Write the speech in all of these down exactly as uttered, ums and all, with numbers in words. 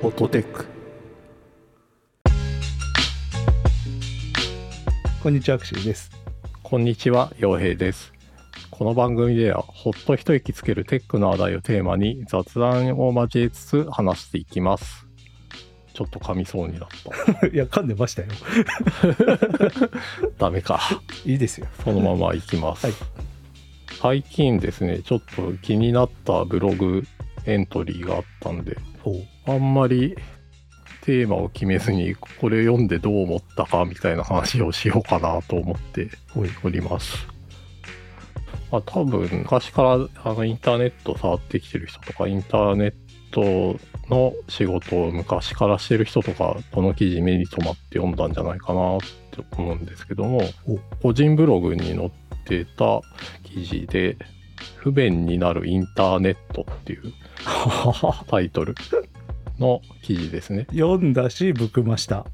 フォトテック。こんにちは、アクシーです。 こんにちは、陽平です。この番組ではほっと一息つけるテックの話題をテーマに雑談を交えつつ話していきます。ちょっと噛みそうになったいや、噛んでましたよ。 ダメか。 いいですよ。 そのままいきます、 はい、 最近ですね、ちょっと気になったブログエントリーがあったんで、あんまりテーマを決めずにこれ読んでどう思ったかみたいな話をしようかなと思っております。まあ、多分昔からあのインターネット触ってきてる人とか、インターネットの仕事を昔からしてる人とか、この記事目に留まって読んだんじゃないかなって思うんですけども、個人ブログに載ってた記事で不便になるインターネットっていうタイトルの記事ですね。 読んだしぶくました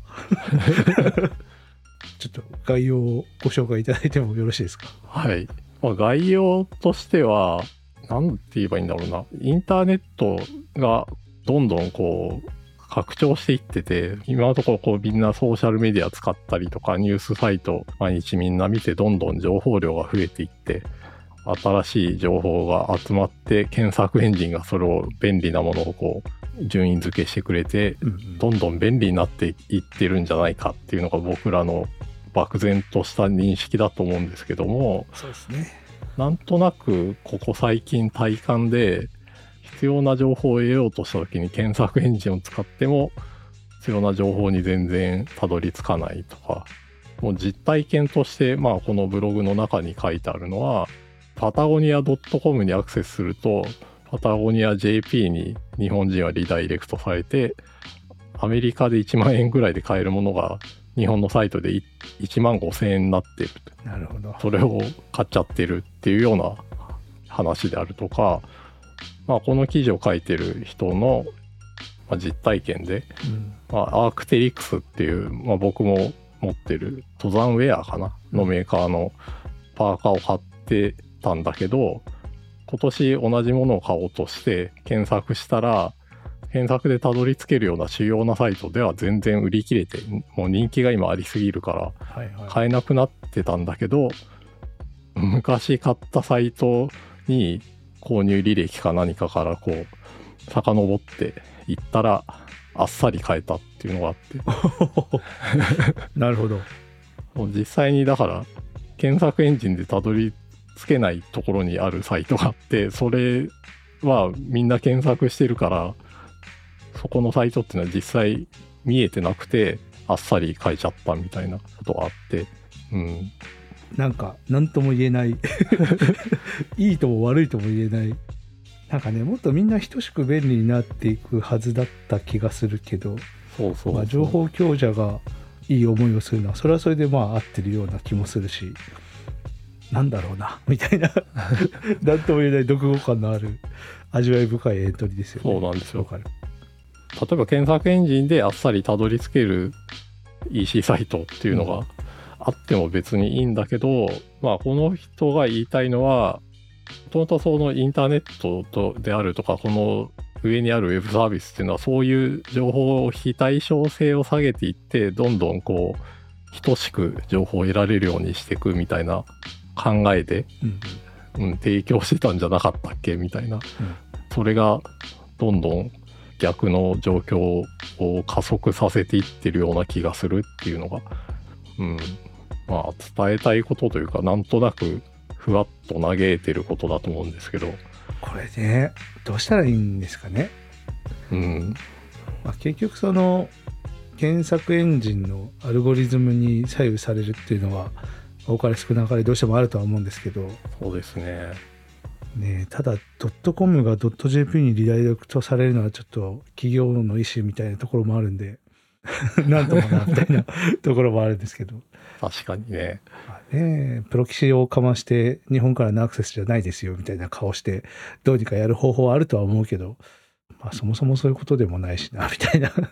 ちょっと概要をご紹介いただいてもよろしいですか？ はい、まあ、概要としては何て言えばいいんだろうな、インターネットがどんどんこう拡張していってて、今のところこうみんなソーシャルメディア使ったりとかニュースサイト毎日みんな見て、どんどん情報量が増えていって、新しい情報が集まって、検索エンジンがそれを便利なものをこう順位付けしてくれて、どんどん便利になっていってるんじゃないかっていうのが僕らの漠然とした認識だと思うんですけども、 そうですね。 なんとなくここ最近体感で、必要な情報を得ようとした時に検索エンジンを使っても必要な情報に全然たどり着かないとか、もう実体験として、まあこのブログの中に書いてあるのは、パタゴニア .com にアクセスするとパタゴニア ジェーピー に日本人はリダイレクトされて、アメリカでいちまんえんぐらいで買えるものが日本のサイトでいちまんごせんえんになってる。 なるほど。 それを買っちゃってるっていうような話であるとか、まあ、この記事を書いてる人の実体験で、 うんまあ、アークテリクスっていう、まあ、僕も持ってる登山ウェアかなのメーカーのパーカーを買ってたんだけど、今年同じものを買おうとして検索したら、検索でたどり着けるような主要なサイトでは全然売り切れて、もう人気が今ありすぎるから買えなくなってたんだけど、昔買ったサイトに購入履歴か何かからこう遡っていったらあっさり買えたっていうのがあってなるほど。 もう実際にだから検索エンジンでたどり着けないところにあるサイトがあって、それはみんな検索してるから、そこのサイトっていうのは実際見えてなくてあっさり買えちゃったみたいなことがあって、うん、 なんか何とも言えないいいとも悪いとも言えない、なんかね、もっとみんな等しく便利になっていくはずだった気がするけど、 そうそうそう、 まあ、情報強者がいい思いをするのはそれはそれでまあ合ってるような気もするし、なんだろうなみたいな何とも言えない読後感のある味わい深いエントリーですよね。 そうなんですよ。 わかる。 例えば検索エンジンであっさりたどり着ける イーシー サイトっていうのがあっても別にいいんだけど、うん、まあこの人が言いたいのは、もともとそのインターネットとであるとか、この上にあるウェブサービスっていうのはそういう情報非対称性を下げていって、どんどんこう等しく情報を得られるようにしていくみたいな考えで、うんうん、提供してたんじゃなかったっけみたいな、うん、それがどんどん逆の状況を加速させていってるような気がするっていうのが、うん、まあ伝えたいことというか、なんとなくふわっと嘆いてることだと思うんですけど、 これね、どうしたらいいんですかね。 うん、 まあ、結局その検索エンジンのアルゴリズムに左右されるっていうのは多かれ少なかれどうしてもあるとは思うんですけど、 そうですね。 ね、ただドットコムがドット ジェーピー にリダイレクトされるのはちょっと企業の意思みたいなところもあるんでなんとかなみたいなところもあるんですけど、 確かにね。 まあね、プロキシをかまして日本からのアクセスじゃないですよみたいな顔してどうにかやる方法はあるとは思うけど、まあそもそもそういうことでもないしなみたいな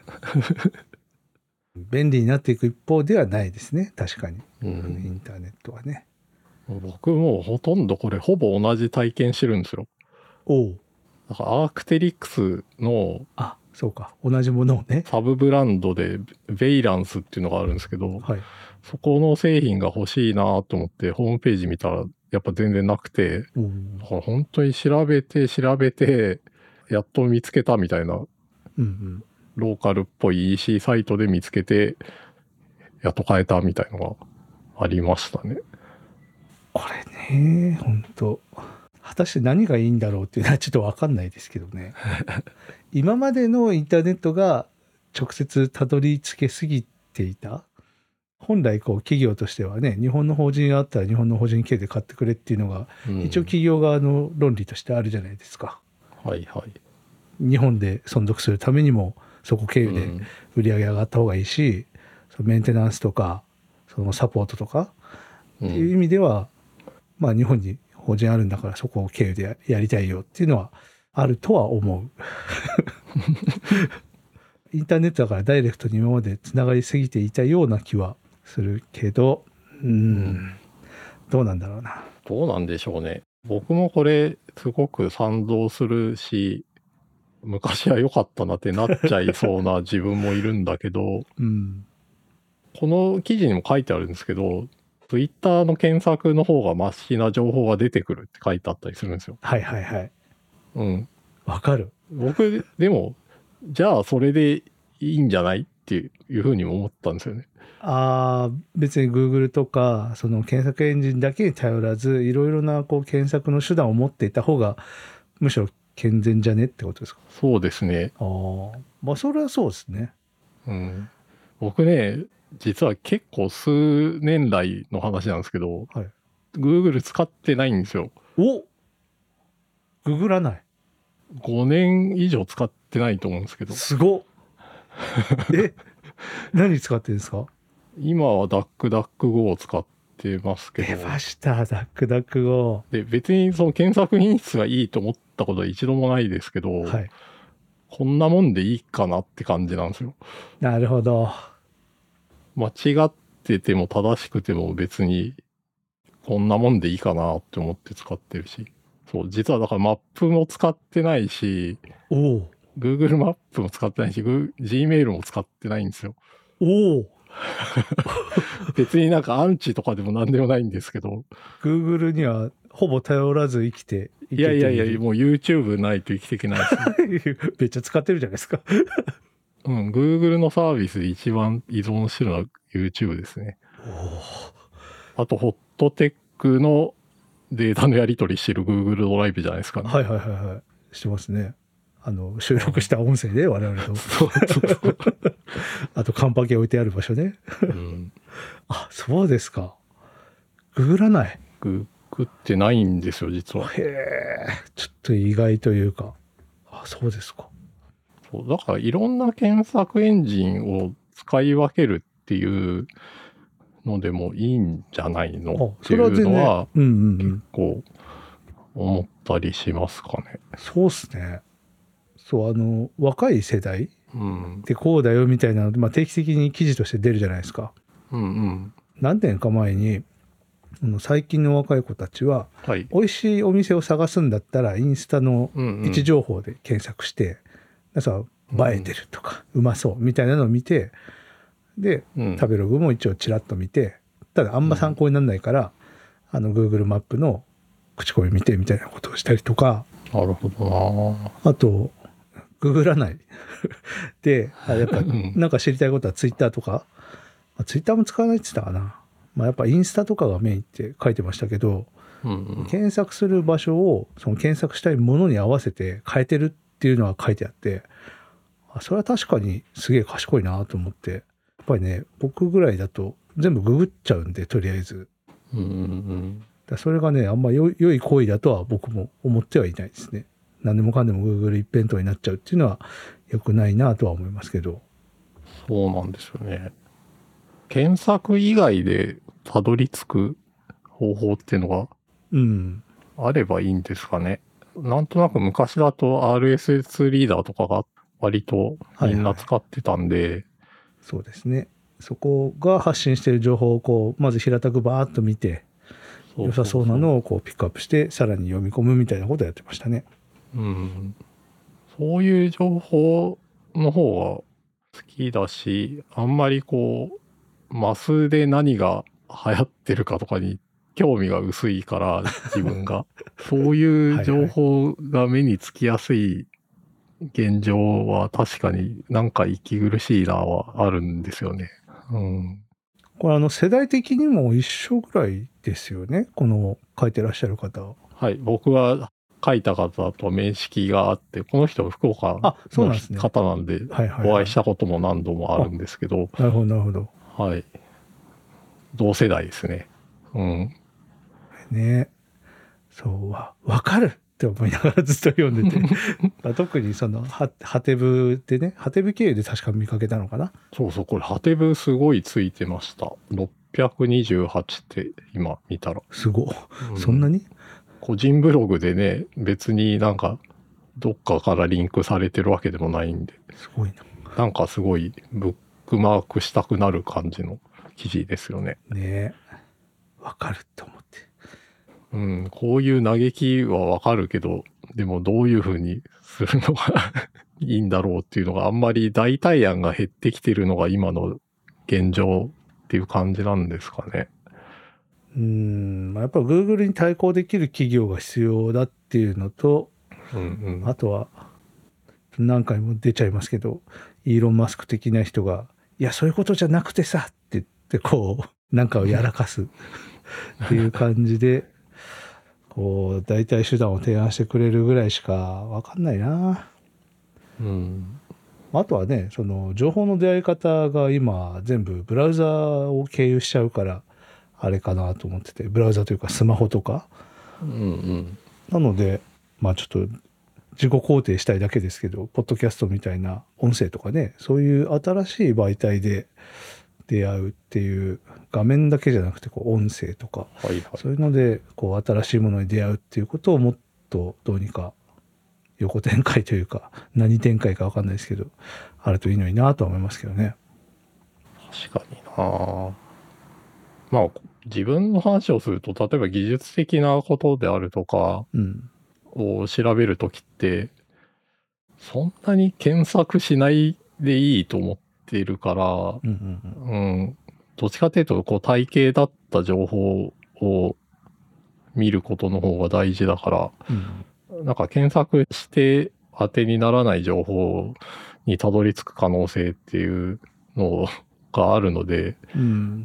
便利になっていく一方ではないですね、確かに、うん、インターネットはね。 僕もうほとんどこれほぼ同じ体験してるんですよ。 おう。 だからアークテリクスのそうか。同じものをね。 サブブランドでベイランスっていうのがあるんですけど、 はい。 そこの製品が欲しいなと思ってホームページ見たらやっぱ全然なくて、 うんだから本当に調べて調べてやっと見つけたみたいな、 うんうん。 ローカルっぽい イーシー サイトで見つけてやっと買えたみたいのがありましたね。 これね、本当果たして何がいいんだろうっていうのはちょっと分かんないですけどね。今までのインターネットが直接たどり着けすぎていた。本来こう企業としてはね、日本の法人があったら日本の法人経由で買ってくれっていうのが、 うん、 一応企業側の論理としてあるじゃないですか。 はいはい。 日本で存続するためにもそこ経由で売り上げ上がった方がいいし、そのメンテナンスとかそのサポートとかっていう意味では、まあ日本に法人あるんだからそこを経由でやりたいよっていうのはあるとは思う。インターネットだからダイレクトに今までつながりすぎていたような気はするけど、うーん、うん、どうなんだろうな。 どうなんでしょうね。僕もこれすごく賛同するし、昔は良かったなってなっちゃいそうな自分もいるんだけど、 うん、 この記事にも書いてあるんですけど、ツイッターの検索の方がマシな情報が出てくるって書いてあったりするんですよ。 はいはいはい。 うん。 わかる。 僕、でも、じゃあそれでいいんじゃないっていうふうにも思ったんですよね。 ああ、別に Google とかその検索エンジンだけに頼らず、いろいろなこう検索の手段を持っていた方がむしろ健全じゃねってことですか。 そうですね。 ああ、まあそれはそうですね。 うん。僕ね、実は結構数年来の話なんですけど、 はい、 Google 使ってないんですよ。 お、ググらない。 ごねん以上使ってないと思うんですけど。 すごっ。え、何使ってるんですか？ 今はダックダックゴーを使ってますけど。 出ました、ダックダックゴで、別にその検索品質がいいと思ったことは一度もないですけど、 ー。はい。 こんなもんでいいかなって感じなんですよ。 なるほど。 間違ってても正しくても別にこんなもんでいいかなって思って使ってるし。そう、実はだからマップも使ってないし、 おお。 Google マップも使ってないし、Gmail も使ってないんですよ。 おお。 別になんかアンチとかでも何でもないんですけど。 Google にはほぼ頼らず生きていけている。 いやいやいや、もう YouTube ないと生きていけないですね。 めっちゃ使ってるじゃないですか。 うん、Google のサービスで一番依存してるのは YouTube ですね。あと、ホットテックのデータのやり取りしてる Google ドライブじゃないですかね。 はいはいはいはい。してますね。あの、収録した音声で我々と。 そうそうそう。 あと、カンパケ置いてある場所ね。 うん、 あ、そうですか。ググらない。 ググってないんですよ、実は。 へえ、ちょっと意外というか。あ、そうですか。 そうだからいろんな検索エンジンを使い分けるっていうのでもいいんじゃないのっていうのは結構思ったりしますかね。 そうっすね。そう、あの若い世代でこうだよみたいな、まあ、定期的に記事として出るじゃないですか。 うんうん、 何年か前に最近の若い子たちは、はい、美味しいお店を探すんだったらインスタの位置情報で検索して、うんうん、映えてるとか、うん、うまそうみたいなのを見て、で、うん、食べログも一応ちらっと見て、ただあんま参考にならないから、うん、あの Google マップの口コミ見てみたいなことをしたりとか。 なるほどな。 あとググらないで、やっぱなんか知りたいことはツイッターとか、まあ、ツイッターも使わないって言ったかな、まあ、やっぱインスタとかがメインって書いてましたけど、うんうん、検索する場所をその検索したいものに合わせて変えてるっていうのは書いてあって、それは確かにすげえ賢いなと思って、やっぱりね、僕ぐらいだと全部ググっちゃうんで、とりあえず、うんうん、だそれがねあんま良い行為だとは僕も思ってはいないですね。何でもかんでも Google 一辺倒になっちゃうっていうのは良くないなとは思いますけど。 そうなんですよね。検索以外でたどり着く方法っていうのがあればいいんですかね。うん、なんとなく昔だと アールエスエス リーダーとかが割とみんな使ってたんで、はいはい、 そうですね。そこが発信している情報をこうまず平たくバーッと見て、良さそうなのをこうピックアップしてさらに読み込むみたいなことをやってましたね。 うん、そういう情報の方が好きだし、あんまりこう、マスで何が流行ってるかとかに興味が薄いから、自分が。そういう情報が目につきやすい現状は確かになんか息苦しいなはあるんですよね。うん。 これあの世代的にも一緒ぐらいですよね。この書いてらっしゃる方は。 はい。僕は書いた方と面識があって、この人は福岡あ、そうなんのですね。 方なんで、 はいはいはいお会いしたことも何度もあるんですけど、 なるほどなるほど。 はい。同世代ですね。うん。 ね。そうは、わかるって思いながらずっと読んでて。まあ特にその、は、ハテブでね、ハテブ経由で確か見かけたのかな。 そうそう、これ、ハテブすごいついてました。ろっぴゃくにじゅうはちって今見たら。 すごい。 うんそんなに個人ブログでね、別になんか、どっかからリンクされてるわけでもないんで、 すごいな。 なんかすごいブックマークしたくなる感じの記事ですよね。 ねえ。わかるって思って。 うん、こういう嘆きはわかるけど、でもどういうふうにするのがいいんだろうっていうのがあんまり代替案が減ってきてるのが今の現状っていう感じなんですかね。 うーん、まあ、やっぱ Google に対抗できる企業が必要だっていうのと、 うんうん、 あとは何回も出ちゃいますけど、イーロン・マスク的な人が、いや、そういうことじゃなくてさって言って、こう、なんかをやらかすっていう感じで、こう、代替手段を提案してくれるぐらいしかわかんないな。 うん。 あとはね、その情報の出会い方が今全部ブラウザを経由しちゃうから、あれかなと思ってて、ブラウザというかスマホとか。 うんうん。 なので、まあちょっと自己肯定したいだけですけど、ポッドキャストみたいな音声とかね、そういう新しい媒体で出会うっていう、画面だけじゃなくてこう音声とか、 はいはい。 そういうのでこう新しいものに出会うっていうことをもっとどうにか横展開というか、何展開か分かんないですけど、あるといいのになとは思いますけどね。 確かにな。まあ、自分の話をすると、例えば技術的なことであるとかうん。 を調べるときって、そんなに検索しないでいいと思っているから、 うんうんうん。 うん、どっちかっていうと、こう体系だった情報を見ることの方が大事だから、 うん、 なんか検索して当てにならない情報にたどり着く可能性っていうのがあるので、 うん、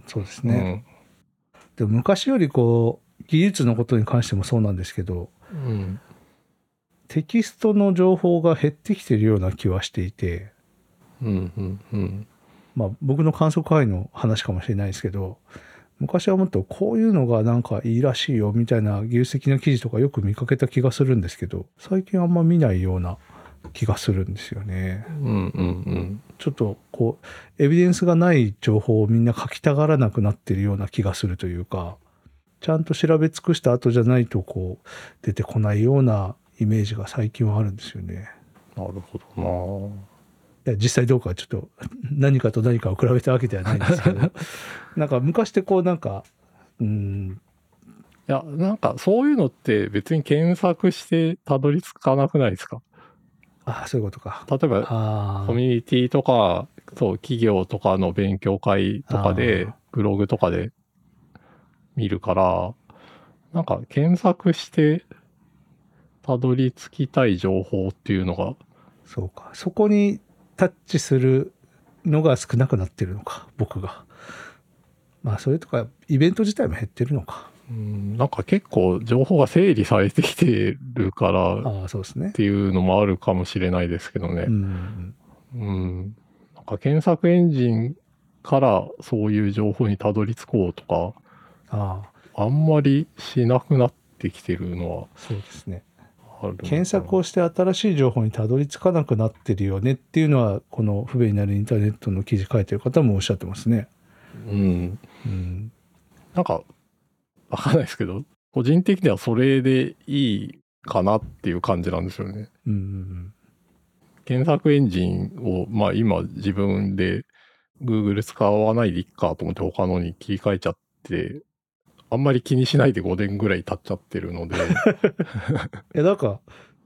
そうですね。うん、でも昔よりこう技術のことに関してもそうなんですけど、 うん、 テキストの情報が減ってきてるような気はしていて、 うんうんうん、 まあ僕の観測範囲の話かもしれないですけど、昔はもっとこういうのがなんかいいらしいよみたいな技術的な記事とかよく見かけた気がするんですけど、最近あんま見ないような気がするんですよね。 うんうんうん、 ちょっとこうエビデンスがない情報をみんな書きたがらなくなってるような気がするというか、ちゃんと調べ尽くした後じゃないとこう出てこないようなイメージが最近はあるんですよね。 なるほどな。 いや実際どうかはちょっと何かと何かを比べたわけではないんですけどなんか昔ってこうなんかうんいや、なんかそういうのって別に検索してたどり着かなくないですか？ ああそういうことか。 例えばコミュニティとか、そう企業とかの勉強会とかでブログとかで見るから、なんか検索してたどり着きたい情報っていうのが、 そうか、そこにタッチするのが少なくなってるのか、僕が。まあそれとかイベント自体も減ってるのか。 うん、なんか結構情報が整理されてきてるからああそうですね。 っていうのもあるかもしれないですけどね。 うん、 うん、なんか検索エンジンからそういう情報にたどり着こうとか、 ああんまりしなくなってきてるのはそうですね。 ある。 検索をして新しい情報にたどり着かなくなってるよねっていうのは、この不便になるインターネットの記事書いてる方もおっしゃってますね。 うん。 うん、 なんか、わかんないですけど、個人的にはそれでいいかなっていう感じなんですよね。 うんうん検索エンジンを、まあ今自分で Google 使わないでいいかと思って他のに切り替えちゃって、あんまり気にしないでごねんぐらい経っちゃってるので。 いやなんか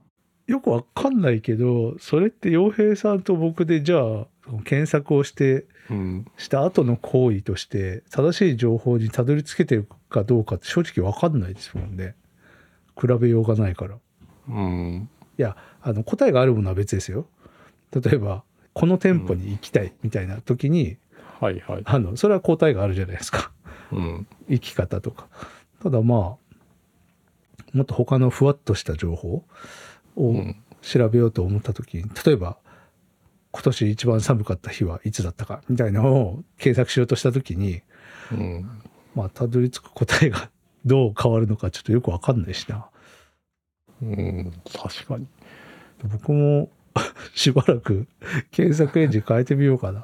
よくわかんないけど、それって洋平さんと僕でじゃあ検索をしてうん。 した後の行為として正しい情報にたどり着けてるかどうかって正直わかんないですもんね。比べようがないから。いうん。 や、あの答えがあるものは別ですよ。例えばこの店舗に行きたいみたいな時に、 はいはい。 あのそれは答えがあるじゃないですか。 うん。 生き方とか。ただまあもっと他のふわっとした情報をうん。 調べようと思った時に、例えば今年一番寒かった日はいつだったかみたいなのを検索しようとした時に、 うん。 まあたどり着く答えがどう変わるのかちょっとよくわかんないしな。 うん。確かに。 僕もしばらく検索エンジン変えてみようかな。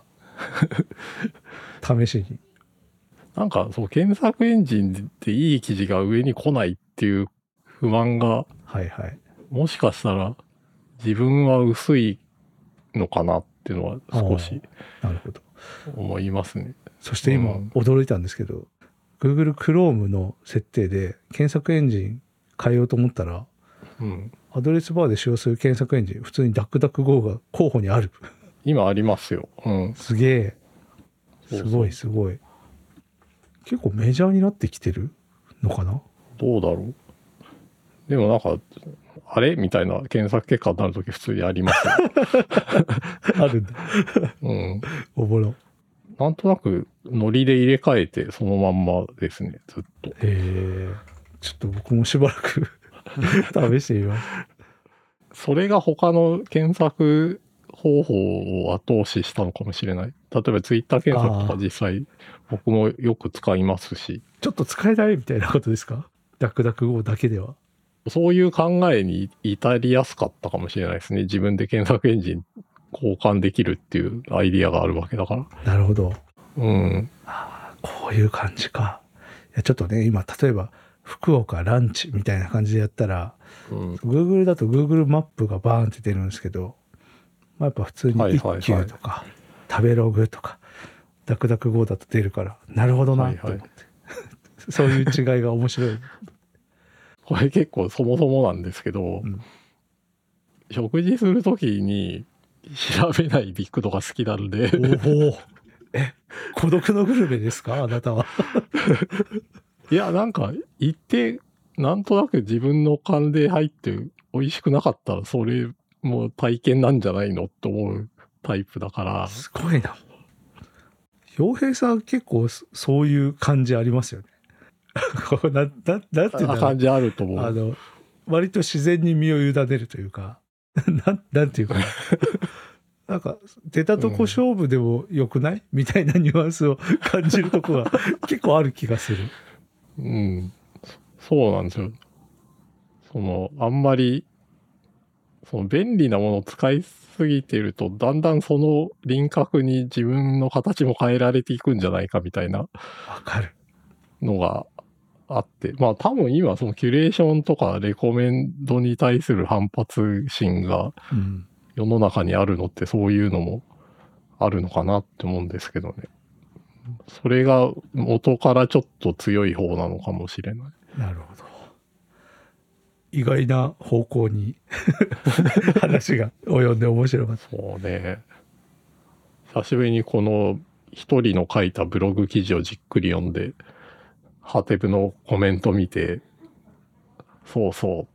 試しに。 なんか、そう、検索エンジンでいい記事が上に来ないっていう不満が、 はいはい。 もしかしたら自分は薄いのかなっていうのは少しなるほど。 思いますね。 そして今うん驚いたんですけど、Google Chrome の設定で検索エンジン変えようと思ったら、 うん。 アドレスバーで使用する検索エンジン、普通に ダックダックゴー が候補にある。 今ありますよ。うん。 すげえ。 そうそうすごいすごい。結構メジャーになってきてるのかな。 どうだろう。でもなんか、あれみたいな検索結果になるとき普通にありますよ。 あるんだ。 うん。 おもろ。 なんとなくノリで入れ替えてそのまんまですね、ずっと。 へえ。ちょっと僕もしばらく試してみます。 それが他の検索方法を後押ししたのかもしれない。例えばツイッター検索とか実際僕もよく使いますし、 ちょっと使えないみたいなことですか？ダックダックゴーだけでは。 そういう考えに至りやすかったかもしれないですね。自分で検索エンジン交換できるっていうアイディアがあるわけだから。 なるほど。 うん。 ああ、こういう感じか。いや、ちょっとね、今、例えば、福岡ランチみたいな感じでやったら、 うん、 Google だと Google マップがバーンって出るんですけど、まあ、やっぱ普通にはいはいはい一休とか、食べログとか、ダックダックゴーだと出るから、なるほどなと思って。 はいはいそういう違いが面白い。 これ結構そもそもなんですけど、 うん、 食事するときに調べないビッグとか好きなんで。 おお。え、孤独のグルメですかあなたは。 いや、なんか、行って、なんとなく自分の勘で入って美味しくなかったら、それも体験なんじゃないのって思うタイプだから。 すごいな。洋平さん結構そういう感じありますよね。こうな、な、なんていうんだろう。 感じあると思う。 あの、割と自然に身を委ねるというか、なん、なんていうかな。なんか、出たとこ勝負でも良くない、うん、みたいなニュアンスを感じるとこが結構ある気がする。 うん。そうなんですよ。その、あんまり、その便利なものを使いすぎてると、だんだんその輪郭に自分の形も変えられていくんじゃないかみたいな。 わかる。 のがあって、まあ多分今そのキュレーションとかレコメンドに対する反発心が世の中にあるのってそういうのもあるのかなって思うんですけどね。それが元からちょっと強い方なのかもしれない。 なるほど。意外な方向に話が及んで面白かった。 そうね。久しぶりにこの一人の書いたブログ記事をじっくり読んで、ハテブのコメント見て、そうそう。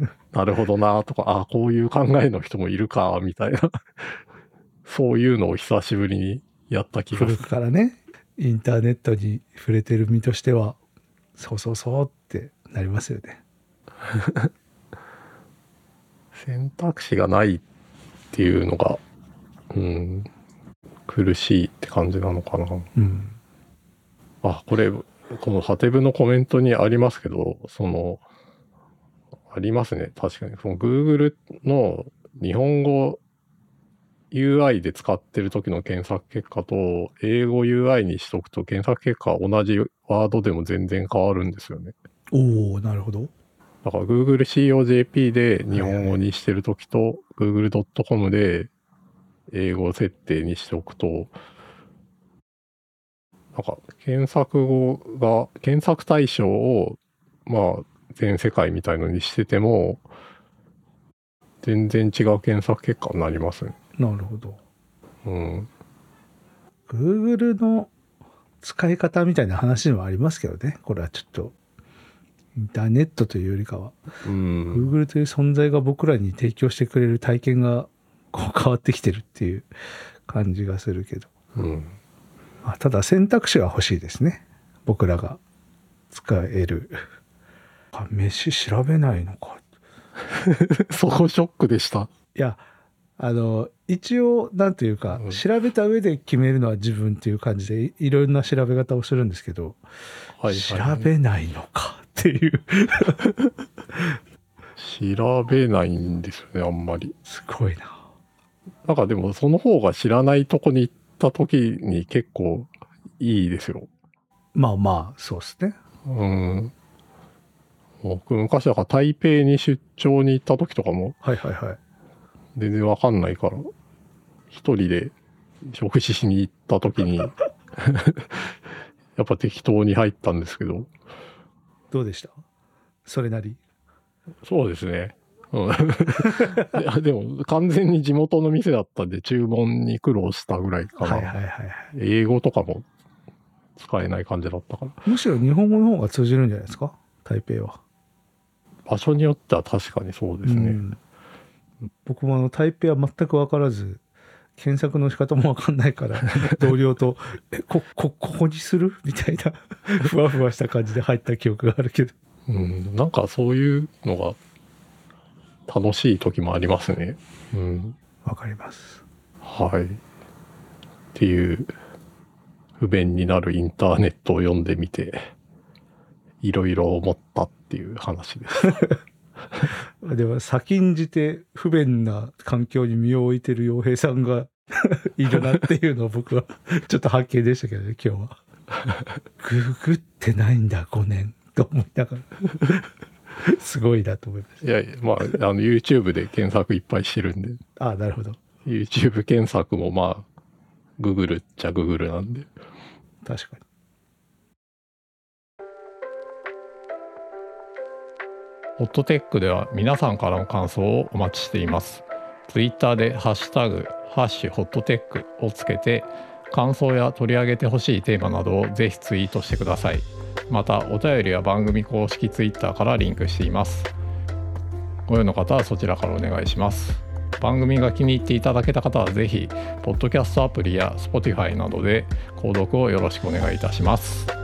なるほどなとか、あ、こういう考えの人もいるか、みたいな。そういうのを久しぶりにやった気がする。 古くからね、インターネットに触れてる身としては、そうそうそうってなりますよね。 選択肢がないっていうのが、うん、苦しいって感じなのかな。 うん、 あ、これ、このハテブのコメントにありますけど、その、ありますね。確かに。その Google の日本語 ユーアイ で使ってる時の検索結果と、英語 ユーアイ にしとくと検索結果は同じワードでも全然変わるんですよね。 おお、なるほど。 だから Google シーオージェーピー で日本語にしてるときと、はいはい、Google ドットコム で英語設定にしておくと、なんか検索語が、検索対象を、まあ全世界みたいのにしてても、 全然違う検索結果になりますね。 なるほど。 うん。 Google の使い方みたいな話もありますけどね。これはちょっとインターネットというよりかは、 うん、 Google という存在が僕らに提供してくれる体験がこう変わってきてるっていう感じがするけど、 うん、 あただ選択肢は欲しいですね。僕らが使える。あ、飯調べないのか。 そこショックでした。 いや、あの一応なんていうか、 うん、 調べた上で決めるのは自分っていう感じで い, いろんな調べ方をするんですけど、はいはいはい、調べないのかっていう調べないんですよね、あんまり。 すごいな。 なんかでもその方が知らないとこに行った時に結構いいですよ。 まあまあそうですね。 うん。僕昔だから台北に出張に行った時とかも、 はいはいはい。 全然わかんないから、一人で食事しに行った時にやっぱ適当に入ったんですけど。 どうでした？それなり？ そうですね。うん、いやでも完全に地元の店だったんで注文に苦労したぐらいかな。 はいはいはい、はい。 英語とかも使えない感じだったから。 むしろ日本語の方が通じるんじゃないですか、台北は。 場所によっては確かにそうですね。うん、 僕もあの台北は全く分からず、検索の仕方も分かんないから同僚とえここここにするみたいなふわふわした感じで入った記憶があるけど、 うん、なんかそういうのが楽しい時もありますね。うん、 わかります。 はい。っていう不便になるインターネットを読んでみて、いろいろ思ったっていう話です。 でも先んじて不便な環境に身を置いてる洋平さんがいるなっていうのを僕はちょっと発見でしたけどね、今日は。ググってないんだごねんと思いながらすごいなと思いました。 いやいや、まあ、あの YouTube で検索いっぱいしてるんで。 ああ、なるほど。 YouTube 検索もまあ、Google っちゃ Google なんで。 確かに。 ホットテックでは皆さんからの感想をお待ちしています。Twitter でハッシュタグ、ハッシュホットテックをつけて、感想や取り上げてほしいテーマなどをぜひツイートしてください。また、お便りは番組公式 Twitter からリンクしています。ご用の方はそちらからお願いします。番組が気に入っていただけた方はぜひ、ポッドキャストアプリや Spotify などで購読をよろしくお願いいたします。